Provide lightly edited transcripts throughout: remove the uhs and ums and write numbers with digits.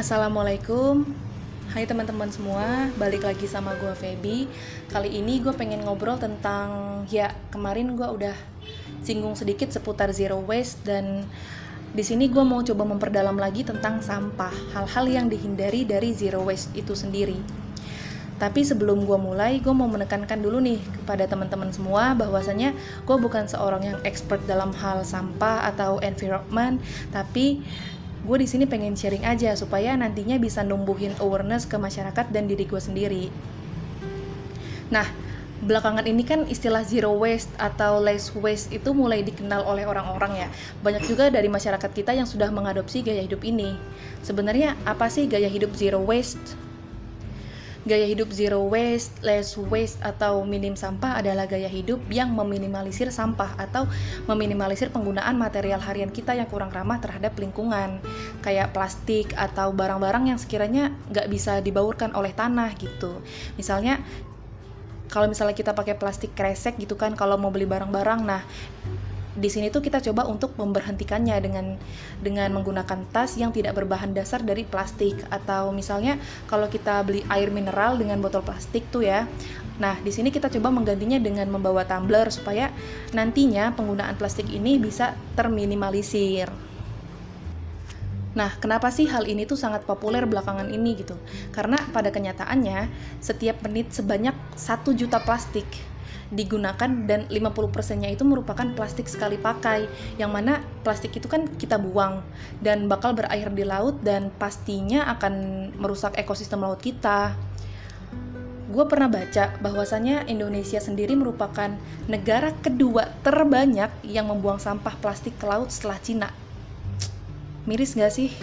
Assalamualaikum. Hai teman-teman semua, balik lagi sama gue Feby. Kali ini gue pengen ngobrol tentang, kemarin gue udah singgung sedikit seputar zero waste, dan di sini gue mau coba memperdalam lagi tentang sampah, hal-hal yang dihindari dari zero waste itu sendiri. Tapi sebelum gue mulai, gue mau menekankan dulu nih kepada teman-teman semua bahwasanya gue bukan seorang yang expert dalam hal sampah atau environment, tapi gue di sini pengen sharing aja supaya nantinya bisa numbuhin awareness ke masyarakat dan diri gue sendiri. Nah, belakangan ini kan istilah zero waste atau less waste itu mulai dikenal oleh orang-orang ya. Banyak juga dari masyarakat kita yang sudah mengadopsi gaya hidup ini. Sebenarnya apa sih gaya hidup zero waste? Gaya hidup zero waste, less waste, atau minim sampah adalah gaya hidup yang meminimalisir sampah atau meminimalisir penggunaan material harian kita yang kurang ramah terhadap lingkungan, kayak plastik atau barang-barang yang sekiranya nggak bisa dibaurkan oleh tanah gitu. Misalnya, kalau misalnya kita pakai plastik kresek gitu kan, kalau mau beli barang-barang, nah di sini tuh kita coba untuk memberhentikannya dengan menggunakan tas yang tidak berbahan dasar dari plastik, atau misalnya kalau kita beli air mineral dengan botol plastik tuh ya. Nah, di sini kita coba menggantinya dengan membawa tumbler supaya nantinya penggunaan plastik ini bisa terminimalisir. Nah, kenapa sih hal ini tuh sangat populer belakangan ini gitu? Karena pada kenyataannya setiap menit sebanyak 1 juta plastik digunakan, dan 50%-nya itu merupakan plastik sekali pakai, yang mana plastik itu kan kita buang dan bakal berakhir di laut dan pastinya akan merusak ekosistem laut kita. Gue pernah baca bahwasannya Indonesia sendiri merupakan negara kedua terbanyak yang membuang sampah plastik ke laut setelah Cina. Miris gak sih?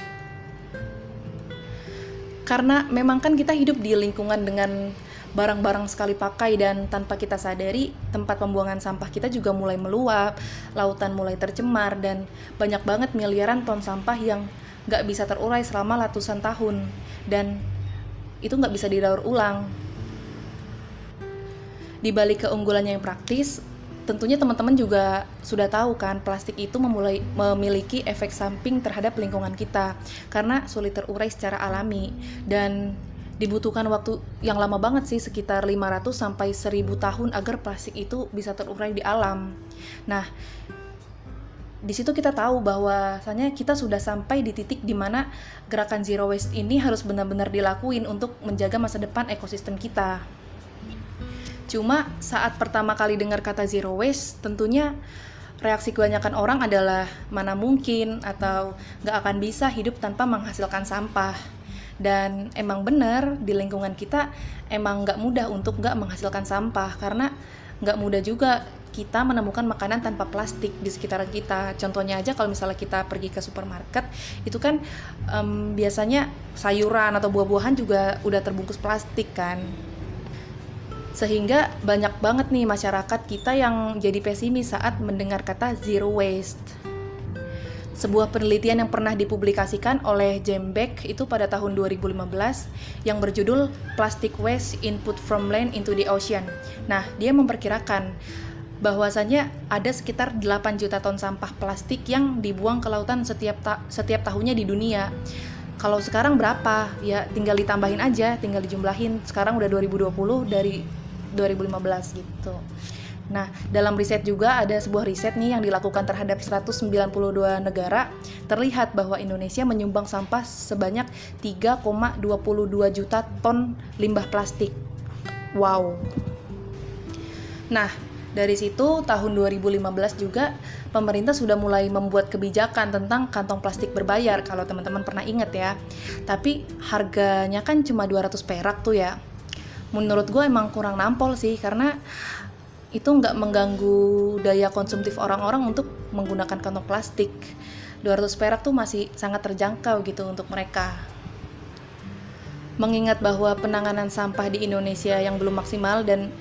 Karena memang kan kita hidup di lingkungan dengan barang-barang sekali pakai, dan tanpa kita sadari tempat pembuangan sampah kita juga mulai meluap, lautan mulai tercemar, dan banyak banget miliaran ton sampah yang gak bisa terurai selama ratusan tahun, dan itu gak bisa didaur ulang. Di balik keunggulannya yang praktis, tentunya teman-teman juga sudah tahu kan, plastik itu memiliki efek samping terhadap lingkungan kita karena sulit terurai secara alami, dan dibutuhkan waktu yang lama banget sih, sekitar 500 sampai 1000 tahun agar plastik itu bisa terurai di alam. Nah, di situ kita tahu bahwasanya kita sudah sampai di titik di mana gerakan zero waste ini harus benar-benar dilakuin untuk menjaga masa depan ekosistem kita. Cuma saat pertama kali dengar kata zero waste, tentunya reaksi kebanyakan orang adalah mana mungkin, atau gak akan bisa hidup tanpa menghasilkan sampah. Dan emang bener, di lingkungan kita emang gak mudah untuk gak menghasilkan sampah, karena gak mudah juga kita menemukan makanan tanpa plastik di sekitar kita. Contohnya aja kalau misalnya kita pergi ke supermarket, itu kan biasanya sayuran atau buah-buahan juga udah terbungkus plastik kan. Sehingga banyak banget nih masyarakat kita yang jadi pesimis saat mendengar kata zero waste. Sebuah penelitian yang pernah dipublikasikan oleh James Beck itu pada tahun 2015 yang berjudul Plastic Waste Input from Land into the Ocean. Nah, dia memperkirakan bahwasannya ada sekitar 8 juta ton sampah plastik yang dibuang ke lautan setiap tahunnya di dunia. Kalau sekarang berapa? Ya tinggal ditambahin aja, tinggal dijumlahin. Sekarang udah 2020 dari 2015 gitu. Nah, dalam riset juga ada sebuah riset nih yang dilakukan terhadap 192 negara, terlihat bahwa Indonesia menyumbang sampah sebanyak 3,22 juta ton limbah plastik. Wow. Nah, dari situ tahun 2015 juga pemerintah sudah mulai membuat kebijakan tentang kantong plastik berbayar, kalau teman-teman pernah ingat ya. Tapi harganya kan cuma 200 perak tuh ya. Menurut gue emang kurang nampol sih, karena itu nggak mengganggu daya konsumtif orang-orang untuk menggunakan kantong plastik. 200 perak tuh masih sangat terjangkau gitu untuk mereka. Mengingat bahwa penanganan sampah di Indonesia yang belum maksimal dan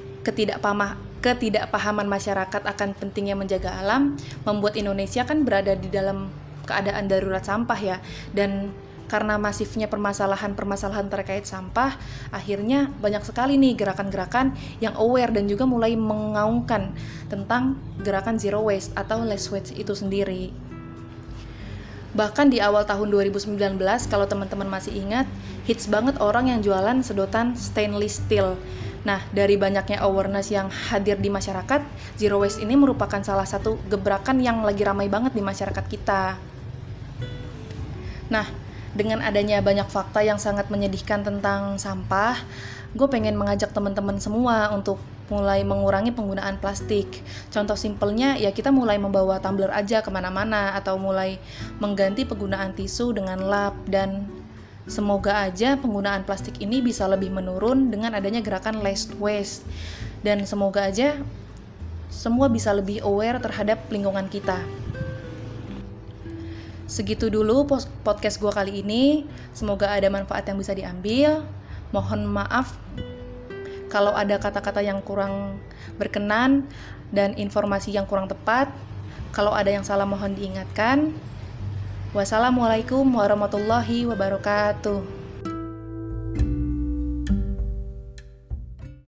ketidakpahaman masyarakat akan pentingnya menjaga alam, membuat Indonesia kan berada di dalam keadaan darurat sampah ya. Dan karena masifnya permasalahan terkait sampah, akhirnya banyak sekali nih gerakan-gerakan yang aware dan juga mulai mengaungkan tentang gerakan zero waste atau less waste itu sendiri. Bahkan di awal tahun 2019, kalau teman-teman masih ingat, hits banget orang yang jualan sedotan stainless steel. Nah, dari banyaknya awareness yang hadir di masyarakat, zero waste ini merupakan salah satu gebrakan yang lagi ramai banget di masyarakat kita. Nah, dengan adanya banyak fakta yang sangat menyedihkan tentang sampah, gue pengen mengajak teman-teman semua untuk mulai mengurangi penggunaan plastik. Contoh simpelnya ya kita mulai membawa tumbler aja kemana-mana, atau mulai mengganti penggunaan tisu dengan lap, dan semoga aja penggunaan plastik ini bisa lebih menurun dengan adanya gerakan less waste, dan semoga aja semua bisa lebih aware terhadap lingkungan kita. Segitu dulu podcast gue kali ini. Semoga ada manfaat yang bisa diambil. Mohon maaf kalau ada kata-kata yang kurang berkenan dan informasi yang kurang tepat. Kalau ada yang salah mohon diingatkan. Wassalamualaikum warahmatullahi wabarakatuh.